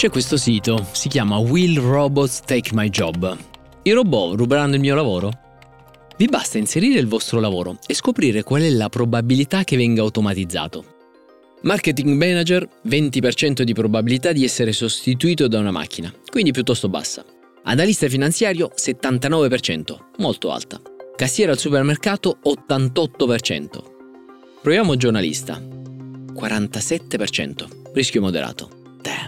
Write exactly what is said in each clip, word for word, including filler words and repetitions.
C'è questo sito, si chiama Will Robots Take My Job? I robot ruberanno il mio lavoro? Vi basta inserire il vostro lavoro e scoprire qual è la probabilità che venga automatizzato. Marketing manager, venti per cento di probabilità di essere sostituito da una macchina, quindi piuttosto bassa. Analista finanziario, settantanove per cento, molto alta. Cassiere al supermercato, ottantotto per cento. Proviamo giornalista, quarantasette per cento, rischio moderato. Damn.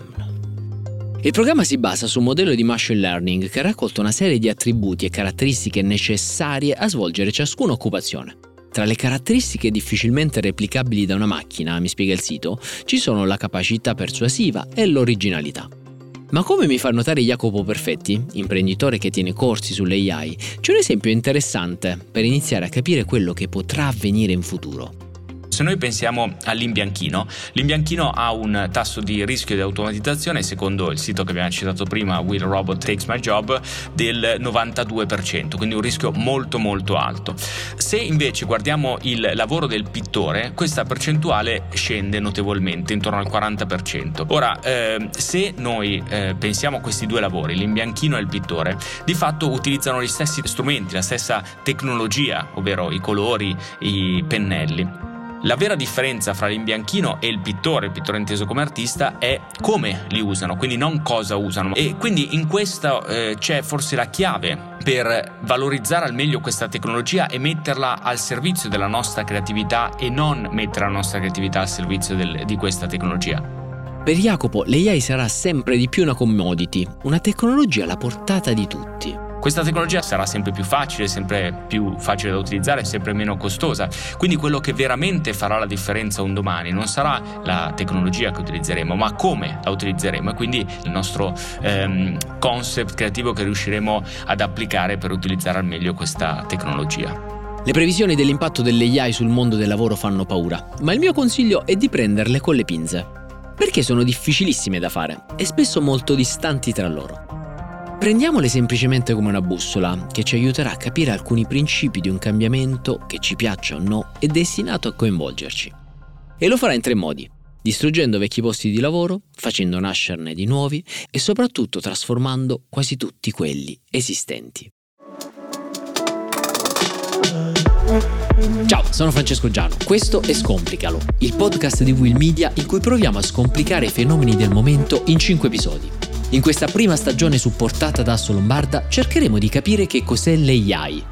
Il programma si basa su un modello di machine learning che raccolta una serie di attributi e caratteristiche necessarie a svolgere ciascuna occupazione. Tra le caratteristiche difficilmente replicabili da una macchina, mi spiega il sito, ci sono la capacità persuasiva e l'originalità. Ma come mi fa notare Jacopo Perfetti, imprenditore che tiene corsi sull'A I, c'è un esempio interessante per iniziare a capire quello che potrà avvenire in futuro. Se noi pensiamo all'imbianchino, l'imbianchino ha un tasso di rischio di automatizzazione, secondo il sito che abbiamo citato prima, Will Robot Takes My Job, del novantadue per cento, quindi un rischio molto molto alto. Se invece guardiamo il lavoro del pittore, questa percentuale scende notevolmente, intorno al quaranta per cento. Ora, eh, se noi eh, pensiamo a questi due lavori, l'imbianchino e il pittore, di fatto utilizzano gli stessi strumenti, la stessa tecnologia, ovvero i colori, i pennelli. La vera differenza fra l'imbianchino e il pittore, il pittore inteso come artista, è come li usano, quindi non cosa usano. E quindi in questo eh, c'è forse la chiave per valorizzare al meglio questa tecnologia e metterla al servizio della nostra creatività e non mettere la nostra creatività al servizio del, di questa tecnologia. Per Jacopo, l'A I sarà sempre di più una commodity, una tecnologia alla portata di tutti. Questa tecnologia sarà sempre più facile, sempre più facile da utilizzare, sempre meno costosa. Quindi quello che veramente farà la differenza un domani non sarà la tecnologia che utilizzeremo, ma come la utilizzeremo, e quindi il nostro ehm, concept creativo che riusciremo ad applicare per utilizzare al meglio questa tecnologia. Le previsioni dell'impatto dell'A I sul mondo del lavoro fanno paura, ma il mio consiglio è di prenderle con le pinze, perché sono difficilissime da fare e spesso molto distanti tra loro. Prendiamole semplicemente come una bussola che ci aiuterà a capire alcuni principi di un cambiamento che, ci piaccia o no, è destinato a coinvolgerci. E lo farà in tre modi: distruggendo vecchi posti di lavoro, facendo nascerne di nuovi e soprattutto trasformando quasi tutti quelli esistenti. Ciao, sono Francesco Giano. Questo è Scomplicalo, il podcast di Will Media in cui proviamo a scomplicare i fenomeni del momento in cinque episodi. In questa prima stagione supportata da Asso Lombarda cercheremo di capire che cos'è l'A I.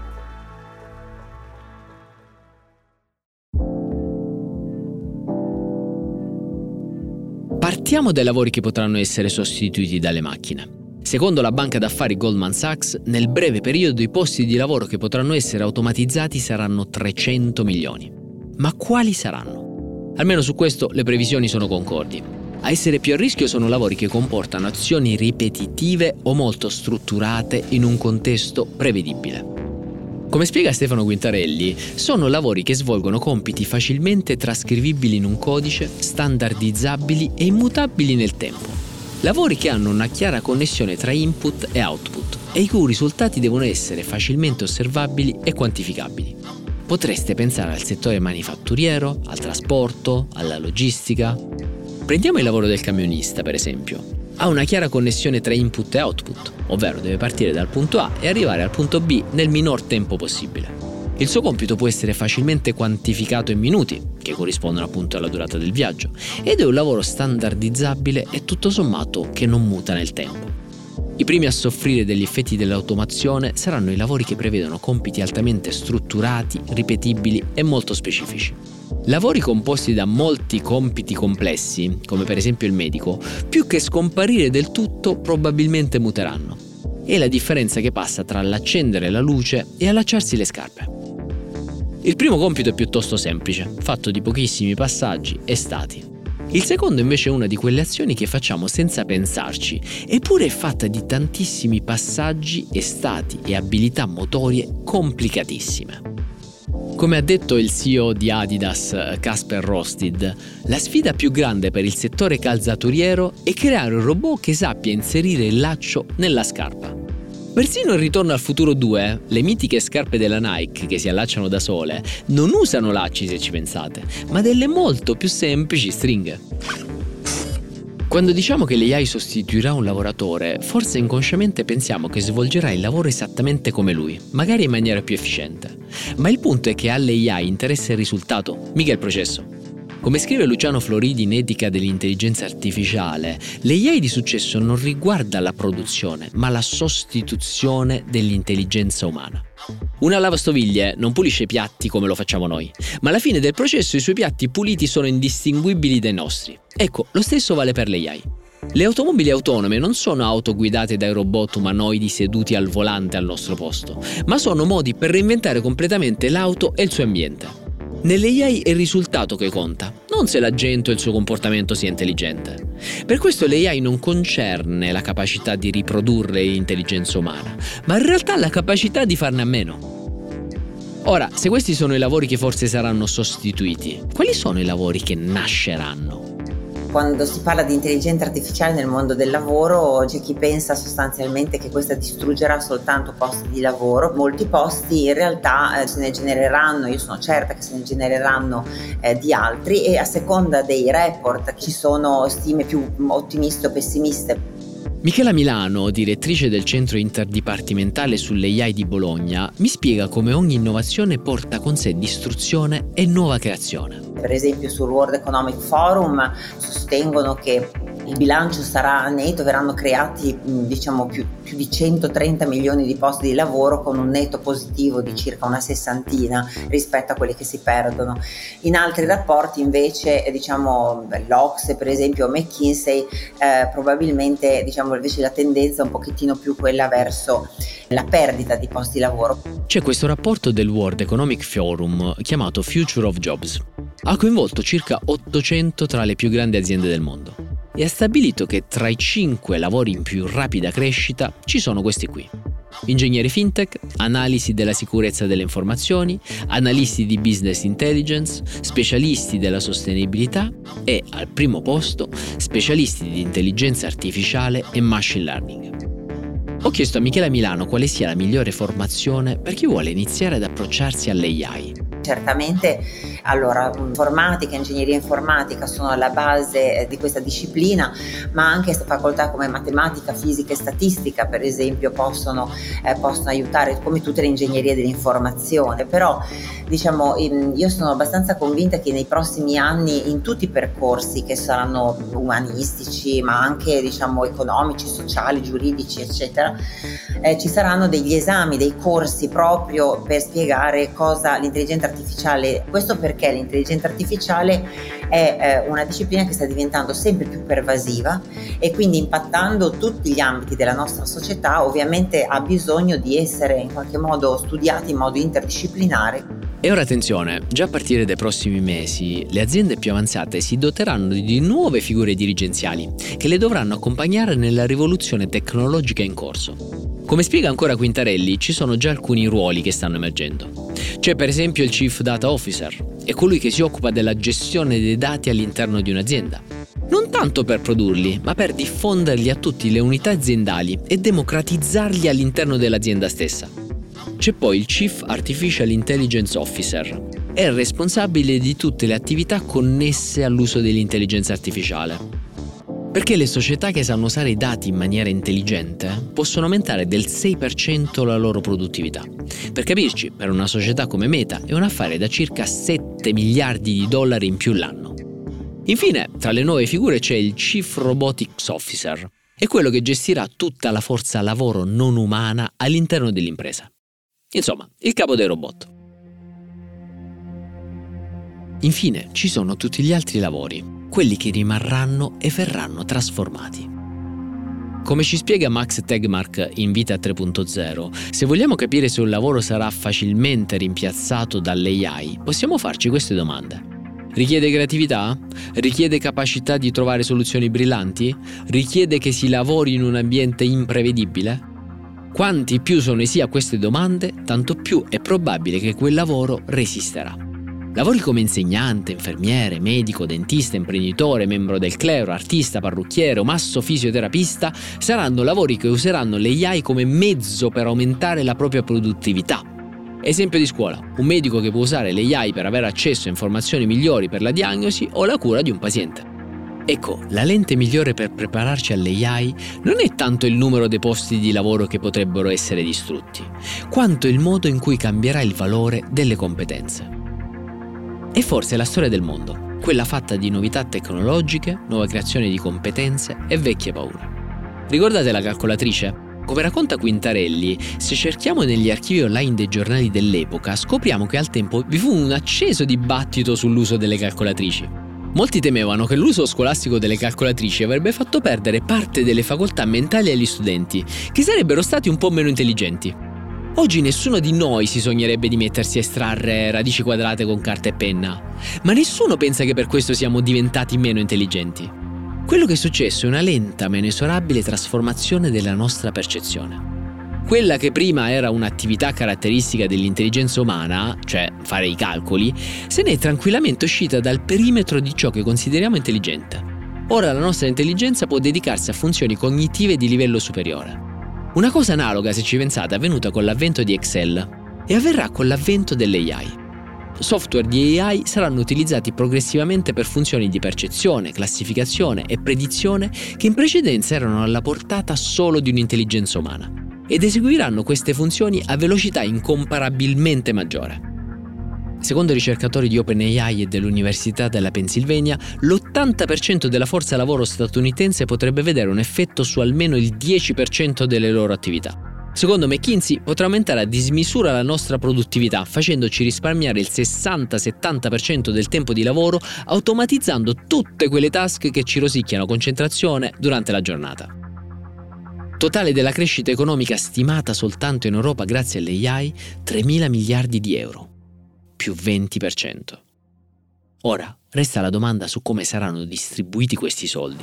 Partiamo dai lavori che potranno essere sostituiti dalle macchine. Secondo la banca d'affari Goldman Sachs, nel breve periodo i posti di lavoro che potranno essere automatizzati saranno trecento milioni. Ma quali saranno? Almeno su questo le previsioni sono concordi. A essere più a rischio sono lavori che comportano azioni ripetitive o molto strutturate in un contesto prevedibile. Come spiega Stefano Quintarelli, sono lavori che svolgono compiti facilmente trascrivibili in un codice, standardizzabili e immutabili nel tempo. Lavori che hanno una chiara connessione tra input e output e i cui risultati devono essere facilmente osservabili e quantificabili. Potreste pensare al settore manifatturiero, al trasporto, alla logistica. Prendiamo il lavoro del camionista, per esempio. Ha una chiara connessione tra input e output, ovvero deve partire dal punto A e arrivare al punto B nel minor tempo possibile. Il suo compito può essere facilmente quantificato in minuti, che corrispondono appunto alla durata del viaggio, ed è un lavoro standardizzabile e tutto sommato che non muta nel tempo. I primi a soffrire degli effetti dell'automazione saranno i lavori che prevedono compiti altamente strutturati, ripetibili e molto specifici. Lavori composti da molti compiti complessi, come per esempio il medico, più che scomparire del tutto probabilmente muteranno. È la differenza che passa tra l'accendere la luce e allacciarsi le scarpe. Il primo compito è piuttosto semplice, fatto di pochissimi passaggi e stati. Il secondo invece è una di quelle azioni che facciamo senza pensarci, eppure è fatta di tantissimi passaggi e stati e abilità motorie complicatissime. Come ha detto il C E O di Adidas, Kasper Rorsted, la sfida più grande per il settore calzaturiero è creare un robot che sappia inserire il laccio nella scarpa. Persino il Ritorno al futuro due, le mitiche scarpe della Nike che si allacciano da sole, non usano lacci se ci pensate, ma delle molto più semplici stringhe. Quando diciamo che l'A I sostituirà un lavoratore, forse inconsciamente pensiamo che svolgerà il lavoro esattamente come lui, magari in maniera più efficiente. Ma il punto è che all'A I interessa il risultato, mica il processo. Come scrive Luciano Floridi in Etica dell'intelligenza artificiale, l'A I di successo non riguarda la produzione, ma la sostituzione dell'intelligenza umana. Una lavastoviglie non pulisce i piatti come lo facciamo noi, ma alla fine del processo i suoi piatti puliti sono indistinguibili dai nostri. Ecco, lo stesso vale per l'A I. Le automobili autonome non sono auto guidate dai robot umanoidi seduti al volante al nostro posto, ma sono modi per reinventare completamente l'auto e il suo ambiente. Nell'A I è il risultato che conta, non se l'agente o il suo comportamento sia intelligente. Per questo l'A I non concerne la capacità di riprodurre l'intelligenza umana, ma in realtà la capacità di farne a meno. Ora, se questi sono i lavori che forse saranno sostituiti, quali sono i lavori che nasceranno? Quando si parla di intelligenza artificiale nel mondo del lavoro, c'è chi pensa sostanzialmente che questa distruggerà soltanto posti di lavoro. Molti posti in realtà eh, se ne genereranno, io sono certa che se ne genereranno eh, di altri, e a seconda dei report ci sono stime più ottimiste o pessimiste. Michela Milano, direttrice del Centro Interdipartimentale sull'A I di Bologna, mi spiega come ogni innovazione porta con sé distruzione e nuova creazione. Per esempio sul World Economic Forum sostengono che il bilancio sarà netto, verranno creati diciamo più, più di centotrenta milioni di posti di lavoro con un netto positivo di circa una sessantina rispetto a quelli che si perdono. In altri rapporti invece diciamo l'Ocse per esempio o McKinsey eh, probabilmente diciamo invece la tendenza è un pochettino più quella verso la perdita di posti di lavoro. C'è questo rapporto del World Economic Forum chiamato Future of Jobs. Ha coinvolto circa ottocento tra le più grandi aziende del mondo e ha stabilito che tra i cinque lavori in più rapida crescita ci sono questi qui: ingegneri fintech, analisi della sicurezza delle informazioni, analisti di business intelligence, specialisti della sostenibilità e, al primo posto, specialisti di intelligenza artificiale e machine learning. Ho chiesto a Michela Milano quale sia la migliore formazione per chi vuole iniziare ad approcciarsi all'A I. Certamente, allora, informatica, ingegneria informatica sono alla base di questa disciplina, ma anche facoltà come matematica, fisica e statistica, per esempio, possono, eh, possono aiutare, come tutte le ingegnerie dell'informazione. Però, diciamo, io sono abbastanza convinta che nei prossimi anni, in tutti i percorsi che saranno umanistici, ma anche, diciamo, economici, sociali, giuridici, eccetera, eh, ci saranno degli esami, dei corsi proprio per spiegare cosa l'intelligenza artificiale. Questo perché l'intelligenza artificiale è eh, una disciplina che sta diventando sempre più pervasiva e quindi impattando tutti gli ambiti della nostra società, ovviamente ha bisogno di essere in qualche modo studiati in modo interdisciplinare. E ora attenzione, già a partire dai prossimi mesi le aziende più avanzate si doteranno di nuove figure dirigenziali che le dovranno accompagnare nella rivoluzione tecnologica in corso. Come spiega ancora Quintarelli, ci sono già alcuni ruoli che stanno emergendo. C'è per esempio il Chief Data Officer, è colui che si occupa della gestione dei dati all'interno di un'azienda. Non tanto per produrli, ma per diffonderli a tutte le unità aziendali e democratizzarli all'interno dell'azienda stessa. C'è poi il Chief Artificial Intelligence Officer, è il responsabile di tutte le attività connesse all'uso dell'intelligenza artificiale. Perché le società che sanno usare i dati in maniera intelligente possono aumentare del sei per cento la loro produttività. Per capirci, per una società come Meta è un affare da circa sette miliardi di dollari in più l'anno. Infine, tra le nuove figure c'è il Chief Robotics Officer, è quello che gestirà tutta la forza lavoro non umana all'interno dell'impresa. Insomma, il capo dei robot. Infine, ci sono tutti gli altri lavori, quelli che rimarranno e verranno trasformati. Come ci spiega Max Tegmark in Vita tre punto zero, se vogliamo capire se un lavoro sarà facilmente rimpiazzato dall'A I, possiamo farci queste domande. Richiede creatività? Richiede capacità di trovare soluzioni brillanti? Richiede che si lavori in un ambiente imprevedibile? Quanti più sono i sì a queste domande, tanto più è probabile che quel lavoro resisterà. Lavori come insegnante, infermiere, medico, dentista, imprenditore, membro del clero, artista, parrucchiere o masso fisioterapista saranno lavori che useranno l'A I come mezzo per aumentare la propria produttività. Esempio di scuola, un medico che può usare l'A I per avere accesso a informazioni migliori per la diagnosi o la cura di un paziente. Ecco, la lente migliore per prepararci all'A I non è tanto il numero dei posti di lavoro che potrebbero essere distrutti, quanto il modo in cui cambierà il valore delle competenze. E forse la storia del mondo, quella fatta di novità tecnologiche, nuova creazione di competenze e vecchie paure. Ricordate la calcolatrice? Come racconta Quintarelli, se cerchiamo negli archivi online dei giornali dell'epoca, scopriamo che al tempo vi fu un acceso dibattito sull'uso delle calcolatrici. Molti temevano che l'uso scolastico delle calcolatrici avrebbe fatto perdere parte delle facoltà mentali agli studenti, che sarebbero stati un po' meno intelligenti. Oggi nessuno di noi si sognerebbe di mettersi a estrarre radici quadrate con carta e penna, ma nessuno pensa che per questo siamo diventati meno intelligenti. Quello che è successo è una lenta ma inesorabile trasformazione della nostra percezione. Quella che prima era un'attività caratteristica dell'intelligenza umana, cioè fare i calcoli, se ne è tranquillamente uscita dal perimetro di ciò che consideriamo intelligente. Ora la nostra intelligenza può dedicarsi a funzioni cognitive di livello superiore. Una cosa analoga, se ci pensate, è avvenuta con l'avvento di Excel e avverrà con l'avvento dell'A I. Software di A I saranno utilizzati progressivamente per funzioni di percezione, classificazione e predizione che in precedenza erano alla portata solo di un'intelligenza umana, ed eseguiranno queste funzioni a velocità incomparabilmente maggiore. Secondo ricercatori di OpenAI e dell'Università della Pennsylvania, l'ottanta per cento della forza lavoro statunitense potrebbe vedere un effetto su almeno il dieci per cento delle loro attività. Secondo McKinsey potrà aumentare a dismisura la nostra produttività, facendoci risparmiare il sessanta settanta per cento del tempo di lavoro, automatizzando tutte quelle task che ci rosicchiano concentrazione durante la giornata. Totale della crescita economica stimata soltanto in Europa grazie all'A I, tremila miliardi di euro, più venti per cento. Ora, resta la domanda su come saranno distribuiti questi soldi.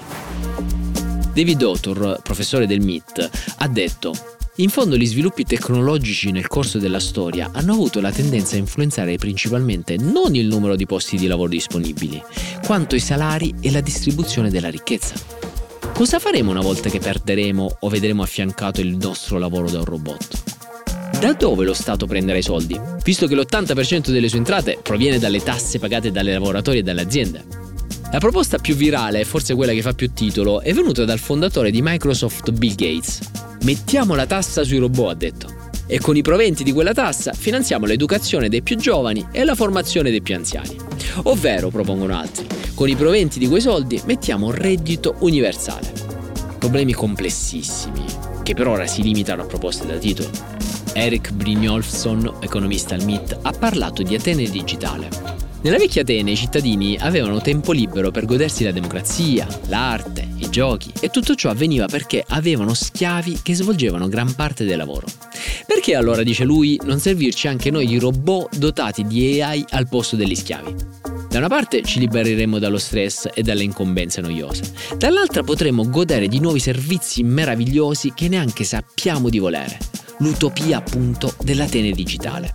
David Autor, professore del M I T, ha detto: in fondo gli sviluppi tecnologici nel corso della storia hanno avuto la tendenza a influenzare principalmente non il numero di posti di lavoro disponibili, quanto i salari e la distribuzione della ricchezza. Cosa faremo una volta che perderemo o vedremo affiancato il nostro lavoro da un robot? Da dove lo Stato prenderà i soldi, visto che l'ottanta per cento delle sue entrate proviene dalle tasse pagate dai lavoratori e dalle aziende? La proposta più virale, e forse quella che fa più titolo, è venuta dal fondatore di Microsoft Bill Gates. Mettiamo la tassa sui robot, ha detto, e con i proventi di quella tassa finanziamo l'educazione dei più giovani e la formazione dei più anziani. Ovvero, propongono altri, con i proventi di quei soldi mettiamo un reddito universale. Problemi complessissimi, che per ora si limitano a proposte da titolo. Eric Brynjolfsson, economista al M I T, ha parlato di Atene digitale. Nella vecchia Atene i cittadini avevano tempo libero per godersi la democrazia, l'arte, i giochi, e tutto ciò avveniva perché avevano schiavi che svolgevano gran parte del lavoro. Perché allora, dice lui, non servirci anche noi di robot dotati di A I al posto degli schiavi? Da una parte ci libereremo dallo stress e dalle incombenze noiose, dall'altra potremo godere di nuovi servizi meravigliosi che neanche sappiamo di volere. L'utopia, appunto, dell'Atene digitale.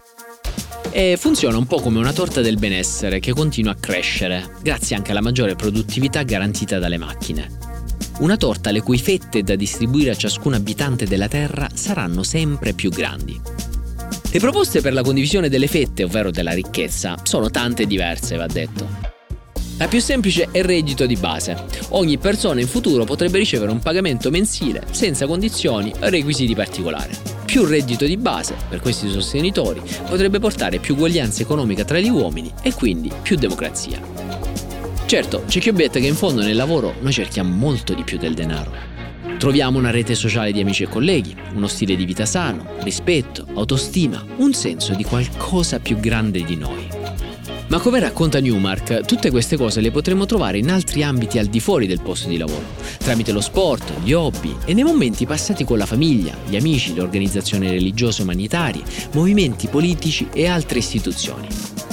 E funziona un po' come una torta del benessere che continua a crescere, grazie anche alla maggiore produttività garantita dalle macchine. Una torta le cui fette da distribuire a ciascun abitante della Terra saranno sempre più grandi. Le proposte per la condivisione delle fette, ovvero della ricchezza, sono tante e diverse, va detto. La più semplice è il reddito di base. Ogni persona in futuro potrebbe ricevere un pagamento mensile senza condizioni o requisiti particolari. Più reddito di base, per questi sostenitori, potrebbe portare più uguaglianza economica tra gli uomini e quindi più democrazia. Certo, c'è chi obietta che in fondo nel lavoro noi cerchiamo molto di più del denaro. Troviamo una rete sociale di amici e colleghi, uno stile di vita sano, rispetto, autostima, un senso di qualcosa più grande di noi. Ma come racconta Newmark, tutte queste cose le potremo trovare in altri ambiti al di fuori del posto di lavoro, tramite lo sport, gli hobby e nei momenti passati con la famiglia, gli amici, le organizzazioni religiose umanitarie, movimenti politici e altre istituzioni.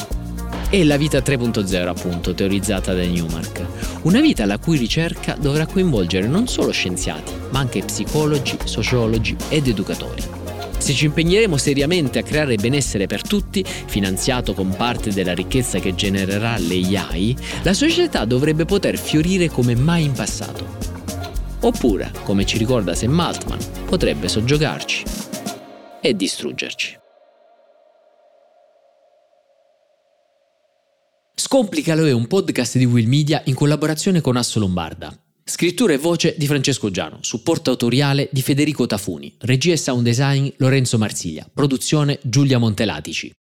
È la vita tre punto zero, appunto, teorizzata da Newmark. Una vita la cui ricerca dovrà coinvolgere non solo scienziati, ma anche psicologi, sociologi ed educatori. Se ci impegneremo seriamente a creare benessere per tutti, finanziato con parte della ricchezza che genererà l'A I, la società dovrebbe poter fiorire come mai in passato. Oppure, come ci ricorda Sam Altman, potrebbe soggiogarci e distruggerci. Scomplicalo è un podcast di Will Media in collaborazione con Assolombarda. Scrittura e voce di Francesco Giano, supporto autoriale di Federico Tafuni, regia e sound design Lorenzo Marsiglia, produzione Giulia Montelatici.